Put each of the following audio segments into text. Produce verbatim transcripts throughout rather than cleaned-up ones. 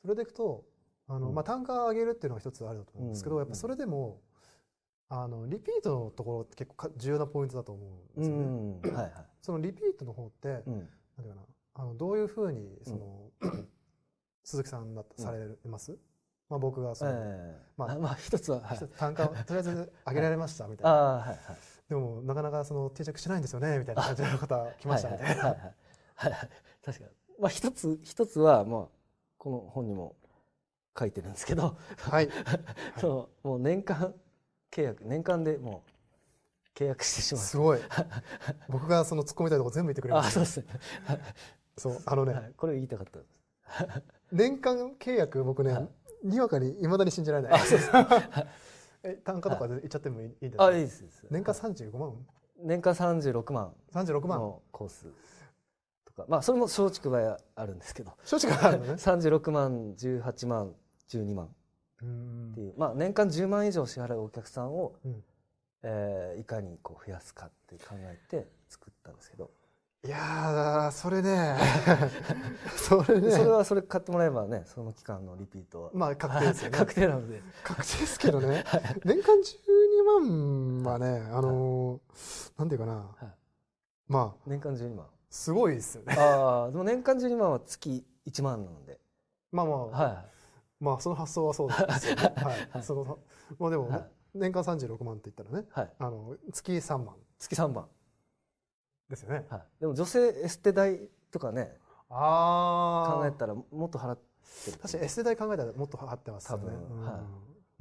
それでいくとあの、 うんまあ、単価上げるっていうのが一つあると思うんですけど、 うんやっぱそれでもあのリピートのところって結構か重要なポイントだと思うんですよね。 うんはいはいそのリピートの方って、 うんなんていうかな、あのどういうふうにその、鈴木さんだとされます？まあ、僕がその、 ええまあ、 まあ一つは、はい、 一つ単価をとりあえず上げられましたみたいな、 ああはいはいでもなかなかその定着しないんですよねみたいな感じの方来ましたみたいな。 はいはいはいはいはい確かにまあ一つ一つはまあこの本にも書いてるんですけど、 はいそのもう年間契約年間でもう契約してしまう。 すごい。僕がその突っ込みたいところ全部言ってくれる。 あ、そうですね。 そうあのね、 はい、これ言いたかったです。 年間契約僕ね、 はい、 にわかに未だに信じられない。 あ、そうです。 え単価とかで言っちゃってもいいんですか。 か？ あ、いいです。 年間さんじゅうごまん？ 年間さんじゅうろくまん。 さんじゅうろくまんのコースとか、まあそれも松竹梅はあるんですけど。 松竹があるのね。 さんじゅうろくまん、じゅうはちまん、じゅうにまんっていう、まあ年間じゅうまん以上支払うお客さんを、うん、えー、いかにこう増やすかって考えて作ったんですけど。 いやーそれねそれねそれはそれ買ってもらえばね、その期間のリピートはまあ確定ですよね。 確定なので確定ですけどね、はい、年間じゅうにまんはね、あのー、なんていうかな、はい、まあ年間じゅうにまんすごいですよね。 ああでも年間じゅうにまんは月いちまんなので、 まあまあ、はい、まあその発想はそうですよね。はい、はい、そのまあでも、はい、年間さんじゅうろくまんって言ったらね、はい、あの月さんまん月さんまんですよね。 はい、でも女性エステ代とかね、あ考えたらもっと払ってる。 確かにエステ代考えたらもっと払ってますよね。 多分、はい、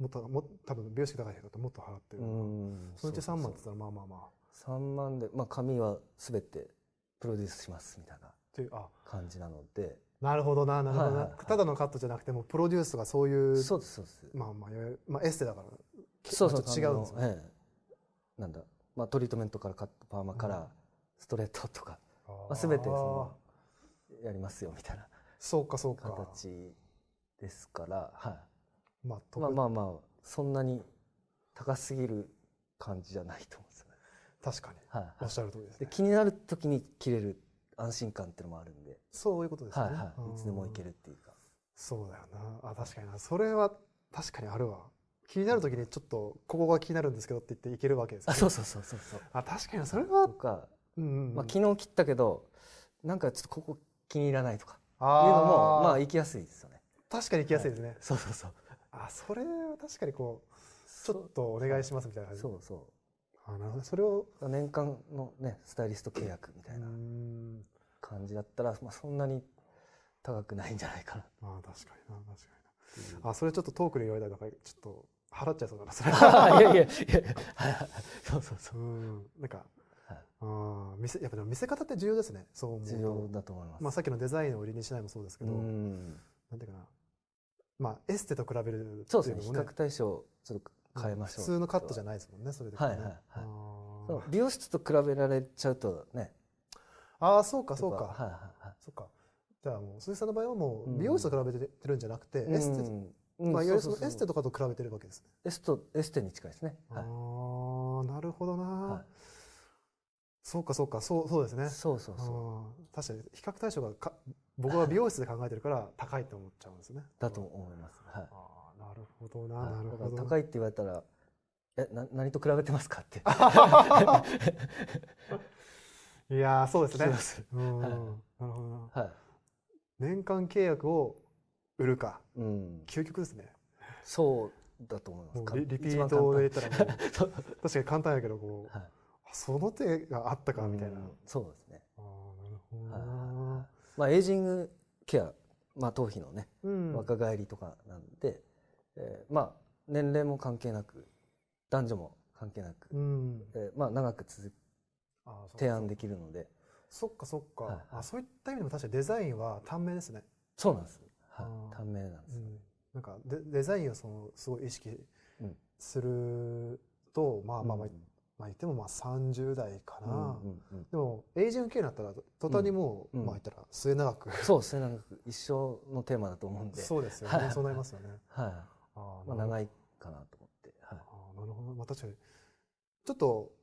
もっとも多分美容師高い人だともっと払ってる。そのうちさんまんって言ったらまあまあまあさんまんで、まあ、髪は全てプロデュースしますみたいな感じなので。 なるほどななるほどな、はいはいはい、ただのカットじゃなくてもプロデュースがそういう、 そうですそうです、 まあまあ、まあ、エステだからそうそう違うんですよね、 ええ、なんだ、まあ、トリートメントからカットパーマから、うんストレートとか、まあ、全てそのやりますよみたいなそうかそうか形ですから、はい、 まあ、 まあまあまあそんなに高すぎる感じじゃないと思うんですよね。 確かに、はいはい、おっしゃる通りですね。 で気になる時に切れる安心感っていうのもあるんで、 そういうことですね、はいはい、いつでもいけるっていうか。 そうだよなあ、確かにな、それは確かにあるわ。気になる時にちょっとここが気になるんですけどって言っていけるわけですよね。 あ、そうそうそうそうそう。 あ、確かにそれはとか。 うんうんうん、 まあ、昨日切ったけどなんかちょっとここ気に入らないとかいうのもまあ行きやすいですよね。 確かに行きやすいですね、はい、 そうそうそう。 あ、それは確かにこうちょっとお願いしますみたいな感じ。 そうそう。 あ、なるほど。それを年間のねスタイリスト契約みたいな感じだったら、まあ、そんなに高くないんじゃないかな。 あ、確かにな確かにな。あ、それちょっとトークで言われたらなんかちょっと払っちゃいそうだなそれ。 いやいやいやそうそうそう。 うんなんか。あ見せやっぱでも見せ方って重要ですね。そう思うと重要だと思います。 まあさっきのデザインを売りにしないもそうですけど、なんていうかな、まあエステと比べるっていうのもね、 そうですね。比較対象ちょっと変えましょう。 普通のカットじゃないですもんね。それでね。はいはいはい。 美容室と比べられちゃうとね。 ああそうかそうか。はいはいはい。そうか。じゃあもう鈴木さんの場合はもう美容室と比べてるんじゃなくてエステ、まあいわゆるそのエステとかと比べてるわけですね。 エステエステに近いですね。 ああなるほどな。そうかそうかそうそうですね。 そうそうそう。 確かに比較対象がか僕は美容室で考えてるから高いと思っちゃうんですね。 だと思います。はい。 ああなるほどななるほど。 高いって言われたらえな何と比べてますかって。いやそうですね。うんなるほどな。はい。年間契約を売るか。うん。究極ですね。 そうだと思います。 リピートで言ったらもう確かに簡単やけどこう。その手があったかみたいな。 そうですね。ああなるほど。まあエイジングケア、まあ頭皮のね、若返りとかなんで、えー、まあ年齢も関係なく、男女も関係なく、えー、まあ長く続提案できるので。 そっかそっか。はい、あそういった意味でも確かにデザインは短命ですね。 そうなんです。はい、短命なんです、ね。 なんかデデザインをそのすごい意識すると、まあまあまあ。まあ言ってもまあさんじゅう代かな。でもエイジング系になったら途端にもうまあ言ったら末永くそう末永く一生のテーマだと思うんで。 そうですよね。そうなりますよね。 はい。あまあ長いかなと思って。 あなるほど。まあ確かにちょっと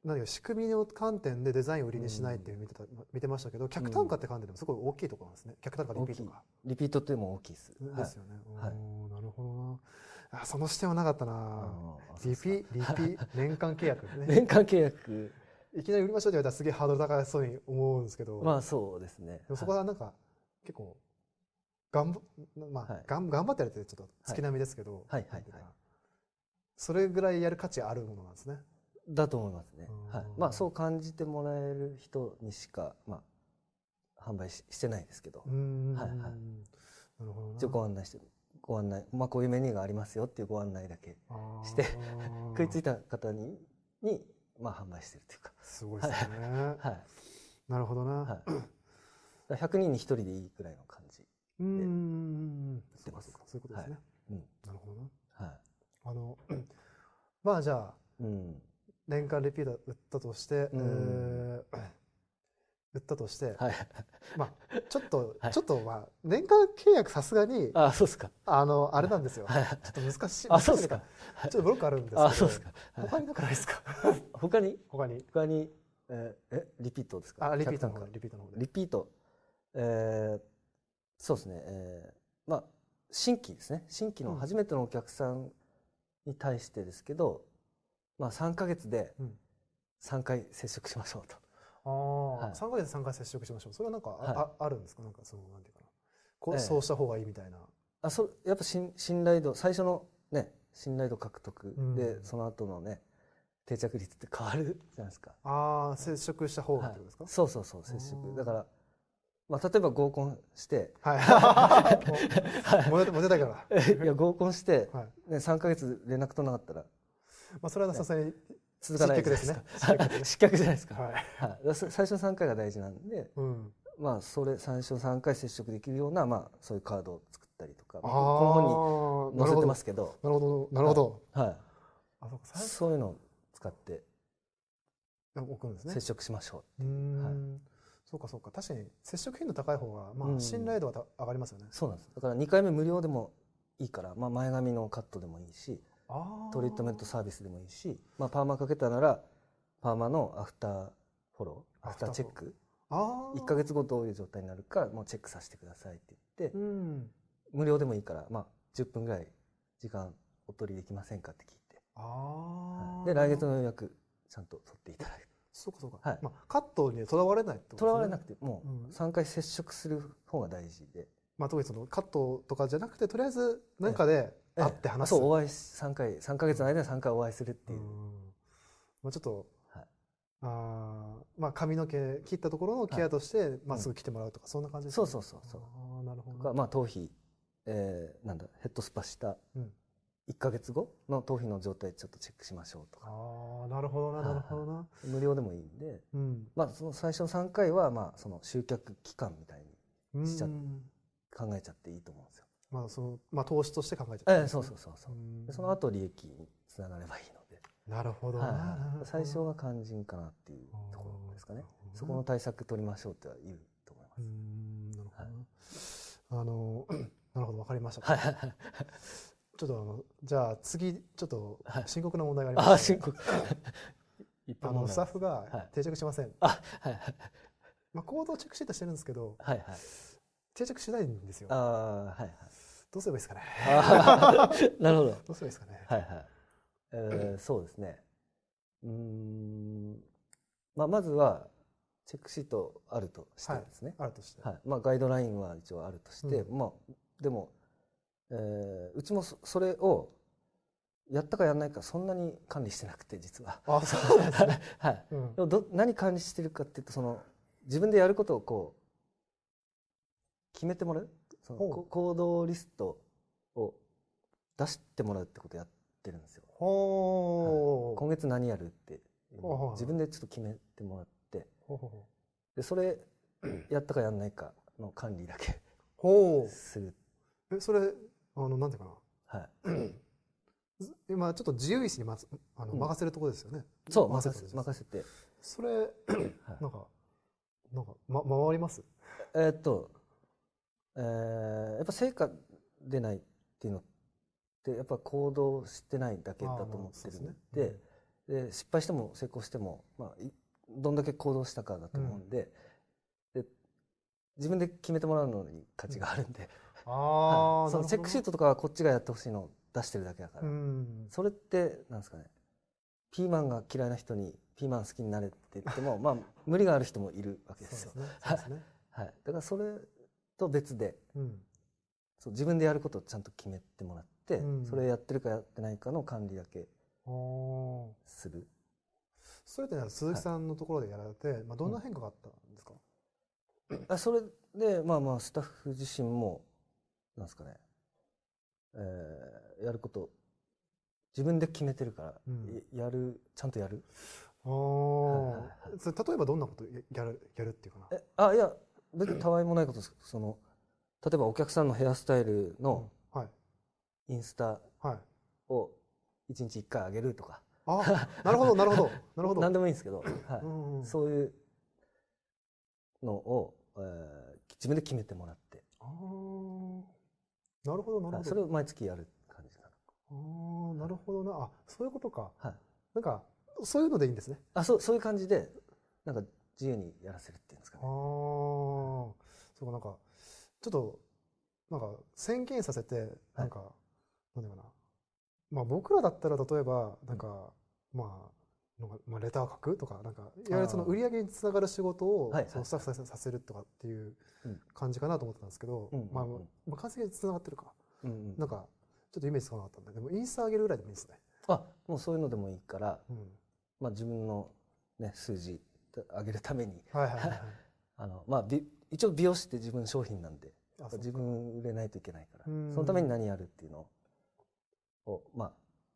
何か仕組みの観点でデザインを売りにしないっていう見てた、見てましたけど、客単価って観点でもすごい大きいところなんですね。客単価リピートが。 リピートっても大きいです。 ですよね。 はい、 なるほどな。あ、その視点はなかったな。リピリピ年間契約ね。 年間契約。 いきなり売りましょうって言われたらすげえハードル高そうに思うんですけど。 まあそうですね。 でもそこはなんか、はい、結構頑張まあ、はい、頑張ってやるってちょっと月並みですけど。はいはいはい。それぐらいやる価値あるものなんですね。 だと思いますね。はい。まあそう感じてもらえる人にしかまあ販売 し, してないですけど。はいはい。なるほどな。一応ご案内してご案内、まあこういうメニューがありますよっていうご案内だけして食いついた方ににまあ販売してるというか。 すごいですね。はい。なるほどな。はい。 ひゃくにんにひとりでいいくらいの感じで売ってます。そういうことですね。なるほどな。はい。あのまあじゃあ。うん年間リピーター売ったとして、うん、えー、売ったとして、はい、まあちょっと、はい、ちょっとまあ年間契約さすがにあそうですかあのあれなんですよ、はい、ちょっと難しいあそうですかちょっとブロックあるんですけど、 あそうですか、 はい、他になんかないですか他に他に他にえー、えリピートですかあリピートの方リピートの方でリピートえー、そうですね、えー、まあ新規ですね新規の初めてのお客さんに対してですけど、まあ、さんかげつでさんかい接触しましょうと。 ああ、はい、さんかげつでさんかい接触しましょう。それはなんか あ,、はい、あ, あるんですか？なんかそのなんていうかな。こう、ええ、そうした方がいいみたいな。 あ、そやっぱ信頼度最初のね信頼度獲得で、うん、その後のね定着率って変わるじゃないですか。 ああ、接触した方がってことですか？ はい、そうそうそう接触。だから。まあ、例えば合コンして、 はい、モテモテたから。 いや合コンして、ね、さんかげつ連絡取らなかったら、 まあそれはさすがに続かないですね。失格じゃないですか。はい、最初のさんかいが大事なんで、うん、まあそれ最初さんかい接触できるようなまあそういうカードを作ったりとか、この本に載せてますけど、 なるほどなるほど。 はい。あそういうのを使って置くんですね。 接触しましょうっていう。はい。 そうかそうか、確かに接触頻度高い方がまあ信頼度は上がりますよね。 そうなんです。だからにかいめ無料でもいいから、まあ前髪のカットでもいいし、トリートメントサービスでもいいし、まあパーマかけたならパーマのアフターフォロー、アフターチェック、いっかげつごどういう状態になるかもうチェックさせてくださいって言って、うん、無料でもいいからまあじゅっぷんぐらい時間お取りできませんかって聞いて、あ、はい、で来月の予約ちゃんと取っていただいて。 そうかそうか。はい。まあカットにとらわれないってことですね。 とらわれなくてもうさんかい接触する方が大事で。 まあ特にそのカットとかじゃなくてとりあえず何かで会って話す。 そうお会いさんかいさんかげつの間にさんかいお会いするっていう。 まあちょっとあまあ髪の毛切ったところのケアとしてまっすぐ来てもらうとかそんな感じですか。 そうそうそうそう。 ああなるほど。 まあ頭皮えなんだヘッドスパしたいっかげつごの頭皮の状態ちょっとチェックしましょうとか。 ああなるほどななるほどな。 無料でもいいんで、うん、まあその最初のさんかいはまあその集客期間みたいにしちゃ考えちゃっていいと思うんですよ。 まあそのまあ投資として考えちゃって、 ね。ええそうそうそうそう。でその後利益につながればいいので。 なるほど。 最初が肝心かなっていうところですかね。そこの対策取りましょうとは言うと思います。うんなるほど、はい、 あのなるほどわかりました。ちょっとあのじゃあ次ちょっと深刻な問題があります、ね。はい、あ深刻。あのスタッフが定着しません。あはいはい。まあコードをチェックシートしてるんですけど、はいはい。定着しないんですよ。ああはいはい。どうすればいいですかね。 なるほど。 どうすればいいですかね。 はいはい。えー、そうですね。うん。まあまずはチェックシートあるとしてですね。 はい、あるとして。 はい。まあガイドラインは一応あるとして、うん、まあでも、えー、うちもそれをやったかやらないかそんなに管理してなくて実は。 あ、そうなんですね。 はい。うん、でもど何管理してるかっていうとその自分でやることをこう決めてもらう。その行動リストを出してもらうってことをやってるんですよ。ほう、はい、今月何やるって自分でちょっと決めてもらってでそれやったかやらないかの管理だけする。 えそれあのなんていうかな、はい、今ちょっと自由意志にまつあの任せるところですよね。 うん、そう任せ任せてそれなんかなんか、ま、回ります？ えー、っと、えー、やっぱ成果出ないっていうのってやっぱ行動してないだけだと思ってるんで、 で失敗しても成功しても、まあ、どんだけ行動したかだと思うんで、うん、で自分で決めてもらうのに価値があるんで、うん、あ、はい、そのチェックシートとかはこっちがやってほしいのを出してるだけだから、うん、それってなんですかね、ピーマンが嫌いな人にピーマン好きになれって言ってもまあ無理がある人もいるわけですよ。はい、だからそれと別で、うん、そう自分でやることをちゃんと決めてもらって、うん、それやってるかやってないかの管理だけする。 それって鈴木さんのところでやられて、はい、まあ、どんな変化があったんですか？ うん、あそれでまあまあスタッフ自身もなんですかね、えー、やること自分で決めてるから、うん、やるちゃんとやる。 あ、はいはい、それ例えばどんなことやるやるっていうかな。 えあいや別にたわいもないことです。その例えばお客さんのヘアスタイルのインスタをいちにちいっかいあげるとか、 あ、なるほどなるほどなるほど何でもいいんですけど、はい、うんうん、そういうのを、えー、自分で決めてもらって、 あ、なるほどなるほど、はい、 それを毎月やる感じかな。 あ、なるほどな、あ、そういうことか、はい、なんかそういうのでいいんですね。 あ、そうそういう感じでなんか自由にやらせるっていうんですかね。 ああ、そうか、なんかちょっとなんか宣言させてなんか、はい、なんだろうな、まあ僕らだったら例えばなんか、うん、まあなんかまあレター書くとかなんかいわゆるその売り上げにつながる仕事をそのスタッフさせるとかっていう感じかなと思ってたんですけど、うん、まあまあ完全につながってるか、うんうん、なんかちょっとイメージつかなかったんで、でもインスタ上げるぐらいでもいいですね。 あ、もうそういうのでもいいから、うん、まあ自分のね数字上げるために、はいはいはい、あのまあ一応美容師って自分商品なんで。自分売れないといけないから、そのために何やるっていうのをまあ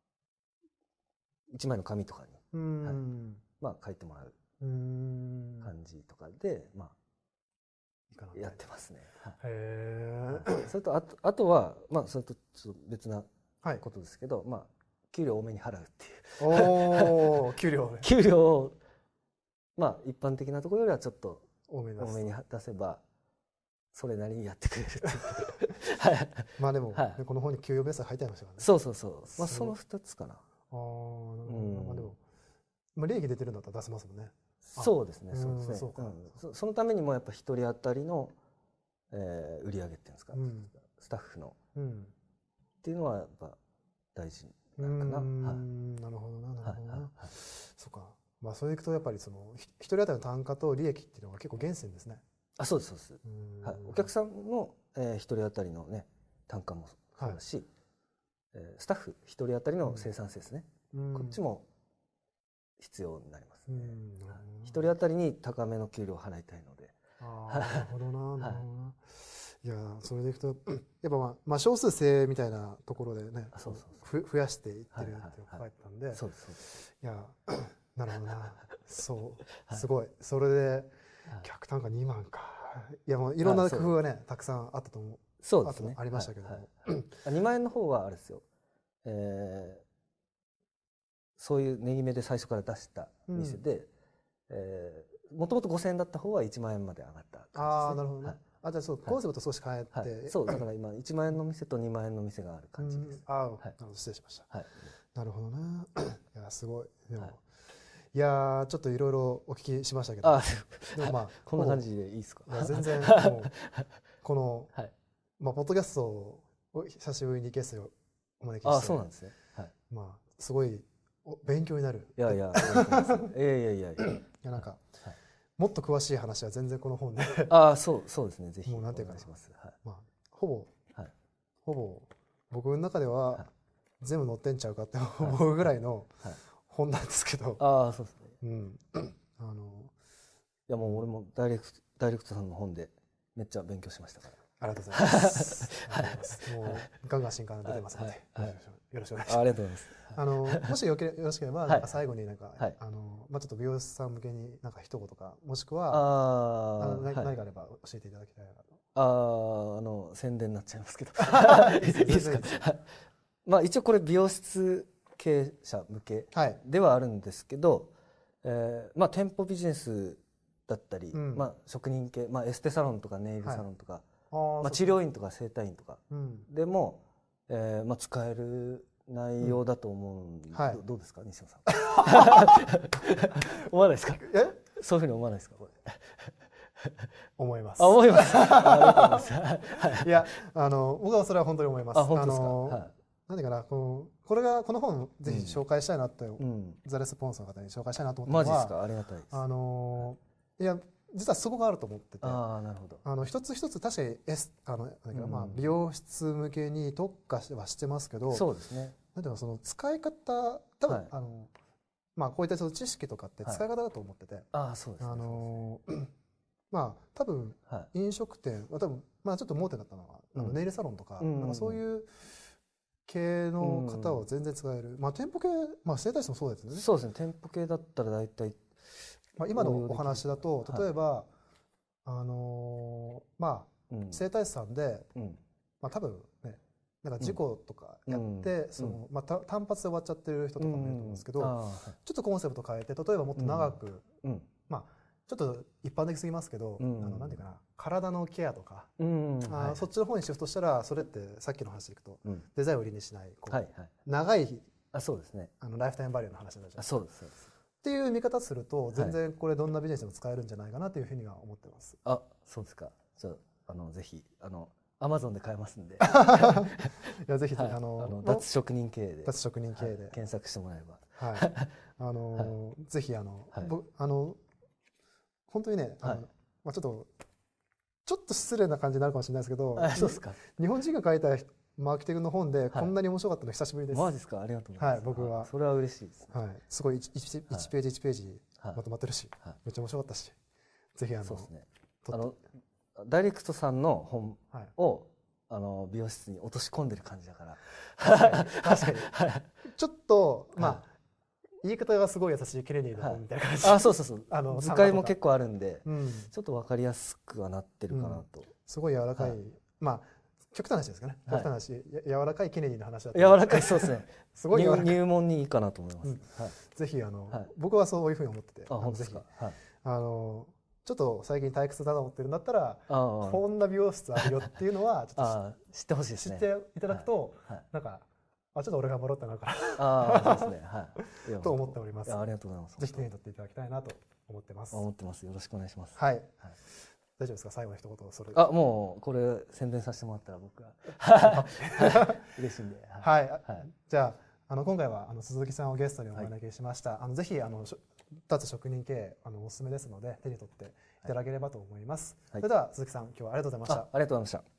一枚の紙とかに、はい、まあ書いてもらう感じとかでまあやってますね。はい、へえ。それとあとあとはまあそれとちょっと別なことですけど、はい、まあ給料多めに払うっていう。 おお、給料給料をまあ一般的なところよりはちょっと多めに出せば。それなりにやってくれるっていうはい、まあでも、はい、この本に給与ベースが入ってありましたからね。 そうそうそう、まあそのふたつかな。ああ、なるほど、まあでも、まあ、利益出てるんだったら出せますもんね。 そうですね、そうですね。そうか、うん、そ, そのためにもやっぱ一人当たりの、えー、売り上げっていうんですか、うん、スタッフの、うん、っていうのはやっぱ大事になるかな。うん、はい、 なるほどな、なるほどな。はいはいはい、そうか、まあそれでいくとやっぱりその一人当たりの単価と利益っていうのが結構源泉ですね。 あ、そうですそうです、はい、お客さんの、えー、一人当たりのね単価もそうだし、はい、えー、スタッフ一人当たりの生産性ですね、うん、こっちも必要になりますね。一人当たりに高めの給料を払いたいので。 ああ、なるほどな、なるほどな。はい、いやそれでいくとやっぱまあ、まあ、少数制みたいなところでね、そうそうそう増やしていってるって書いてたんで、そうですそうです。いやなるほどな、そうすごい、それで。客単価にまんか。いやもういろんな工夫がねたくさんあったと思う。 そうですね。 ありましたけども、 はいはい、にまんえんの方はあれですよ、えー、そういう値決めで最初から出した店で、うん、えー、もともとごせんえんだった方はいちまんえんまで上がった感じですね。ああ、なるほどね。はい、あ、じゃあそう、コンセプト少し変えて、はいはい、そうだから今いちまんえんの店とにまんえんの店がある感じです。 ああ、はい、なるほど、失礼しました。はい、なるほどな。いやすごい。でも、はい、いやちょっといろいろお聞きしましたけど、あでもまあこんな感じでいいですか？ いや全然もうこの、はい、まあポッドキャストを久しぶりにゲストにお招きして、 あ、そうなんですね。はい、 まあすごい勉強になる。 いやいやいやいやいやいやいやなんか、はい、もっと詳しい話は全然この本でああそうそうですね、ぜひもうなんていうかお願いします。はい、 まあほぼ、はい、ほぼ僕の中では全部載ってんちゃうかって思うぐらいの本なんですけど、 ああそうですね。 うん、あのいやもう俺もダイレクトダイレクトさんの本でめっちゃ勉強しましたから。 ありがとうございます。もうガンガン新刊出てますので、よろしくお願いします。 ありがとうございます。 あのもしよけよろしければなんか最後になんかあのまあちょっと美容師さん向けになんか一言かもしくはあ何かあれば教えていただきたいなと。 あああの宣伝になっちゃいますけど。いいですか。まあ一応これ美容室経営者向けではあるんですけど、はい、えーまあ、店舗ビジネスだったり、うん、まあ、職人系、まあ、エステサロンとかネイルサロンとか、はい、あまあ、治療院とか整体院とかでも、うん、えーまあ、使える内容だと思うんで、 うんはい、 ど, どうですか西野さん思わないですか？えそういうふうに思わないですか？これ思います。 あ思いますありがとうございます、 はい、いやあの僕はそれは本当に思います。 あ本当ですか？ あの、 はい、 何かなこのこれがこの本ぜひ紹介したいなって、うん、ザ・レスポンスの方に紹介したいなと思ったのは、 マジですか？ありがたいです。あのいや実はそこがあると思ってて、 あなるほど。 あの一つ一つ確かに、S、あのうん、まあ、美容室向けに特化はしてますけど、 そうですね。 なんていうのその使い方多分、はい、あのまあこういった知識とかって使い方だと思ってて、はい、 あそうですね。あのまあ多分飲食店、はい、多分まあちょっと盲点だったのは、うん、あのネイルサロンとか、うん、なんかそういう系の方を全然使える、うん、まあ店舗系、まあ整体師もそうですよね。 そうですね。店舗系だったら大体、 まあ今のお話だと例えば、はい、あのー、まあ、うん、整体師さんで、うん、まあ多分ねなんか事故とかやって、うん、そのまあ単発で終わっちゃってる人とかもいると思うんですけど、うんうん、ちょっとコンセプト変えて例えばもっと長く、うん、まあちょっと一般的すぎますけど、うん、あのなんていうかな体のケアとか、うんあはい、そっちの方にシフトしたらそれってさっきの話でいくと、うん、デザインを売りにしないこう、はいはい、長いあそうですねあのライフタイムバリューの話になるじゃないですか。 そうですそうです。 っていう見方すると全然これどんなビジネスでも使えるんじゃないかなというふうには思ってます。 あそうですか。じゃあのぜひあのアマゾンで買えますんでいやぜひ、 はい、 あのあの脱職人経営で脱職人経営で、 はい、検索してもらえばはいあの、はい、ぜひあの、はい、あの本当にね、あの、はい、まあちょっとちょっと失礼な感じになるかもしれないですけど、 そうですか。 日本人が書いたマーケティングの本でこんなに面白かったの久しぶりです。 マジですか？ありがとうございます。はい、 僕はそれは嬉しいです、 ね。はい、すごい 1, 1ページいちページまとまってるし、はい、めっちゃ面白かったし、ぜひあのそうですね。あのダイレクトさんの本を、はい、あの美容室に落とし込んでる感じだから。 確かに。確かにちょっとまあ。はい言い方がすごい優しいケネディの本みたいな感じ、はい、 あそうそうそうあの図解も結構あるんで、うん、ちょっと分かりやすくはなってるかなと、うん、 すごい柔らかい、はい、まあ極端な話ですかね、はい、極端な話柔らかいケネディの話だった柔らかいそうですねすごい柔らかい入門にいいかなと思います、うんはい、 ぜひあの、はい、僕はそういうふうに思っててあ本当ですか、はい、 あのちょっと最近退屈だと思ってるんだったらこんな美容室あるよっていうのはちょっと知ってほしいですね。 知っていただくと、はいはい、なんかあちょっと俺が戻ったなからあそうですね、はい、 と思っております。 ありがとうございます。 ぜひ手に取っていただきたいなと思ってます。 思ってます。よろしくお願いします。 はい。はい、大丈夫ですか？最後の一言それ。 あもうこれ宣伝させてもらったら僕は嬉しいんで。 はい。はい、じゃああの今回はあの鈴木さんをゲストにお招きしました。はい、あのぜひあの脱職人経営あのおすすめですので手に取っていただければと思います。はい、それでは鈴木さん今日はありがとうございました。 あ、ありがとうございました。